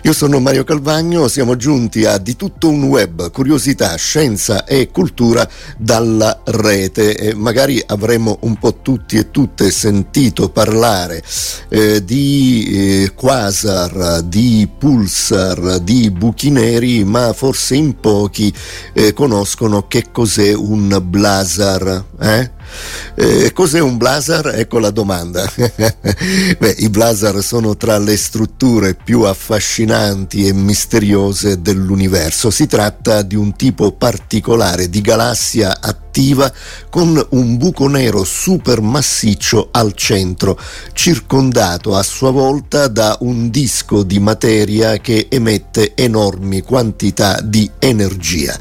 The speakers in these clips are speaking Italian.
Io sono Mario Calvagno, siamo giunti a Di tutto un web, curiosità, scienza e cultura dalla rete. E magari avremmo un po' tutti e tutte sentito parlare di quasar, di pulsar, di buchi neri, ma forse in pochi conoscono che cos'è un blazar. Cos'è un blazar? Ecco la domanda. I blazar sono tra le strutture più affascinanti e misteriose dell'universo. Si tratta di un tipo particolare di galassia attiva con un buco nero supermassiccio al centro, circondato a sua volta da un disco di materia che emette enormi quantità di energia.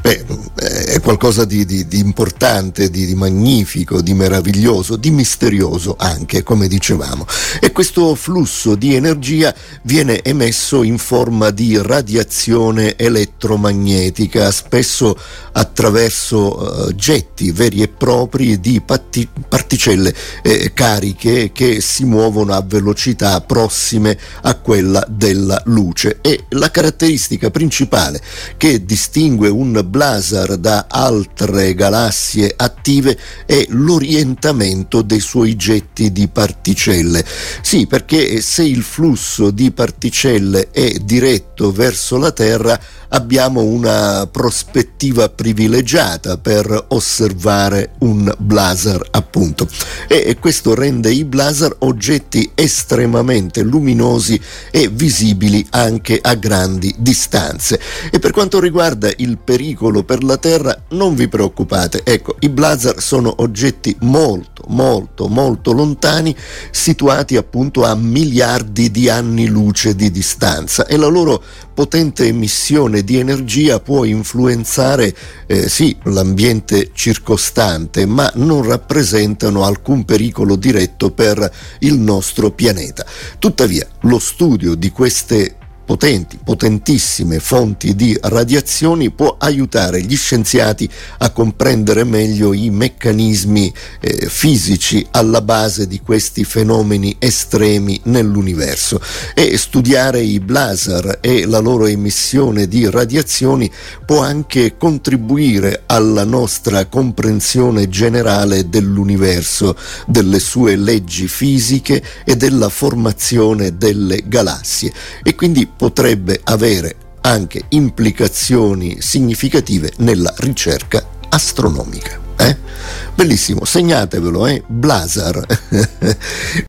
È qualcosa di importante, di magnifico, di meraviglioso, di misterioso anche, come dicevamo. E questo flusso di energia viene emesso in forma di radiazione elettromagnetica, spesso attraverso getti veri e propri di particelle cariche che si muovono a velocità prossime a quella della luce. E la caratteristica principale che distingue un blazar da altre galassie attive è l'orientamento dei suoi getti di particelle. Sì, perché se il flusso di particelle è diretto verso la Terra, abbiamo una prospettiva privilegiata per osservare un blazar, appunto. E questo rende i blazar oggetti estremamente luminosi e visibili anche a grandi distanze. E per quanto riguarda il pericolo per la Terra, non vi preoccupate. Ecco, i blazar sono oggetti molto lontani, situati appunto a miliardi di anni luce di distanza, e la loro potente emissione di energia può influenzare l'ambiente circostante, ma non rappresentano alcun pericolo diretto per il nostro pianeta. Tuttavia, lo studio di queste potentissime fonti di radiazioni può aiutare gli scienziati a comprendere meglio i meccanismi fisici alla base di questi fenomeni estremi nell'universo, e studiare i blazar e la loro emissione di radiazioni può anche contribuire alla nostra comprensione generale dell'universo, delle sue leggi fisiche e della formazione delle galassie, e quindi potrebbe avere anche implicazioni significative nella ricerca astronomica. Bellissimo, segnatevelo, blazar.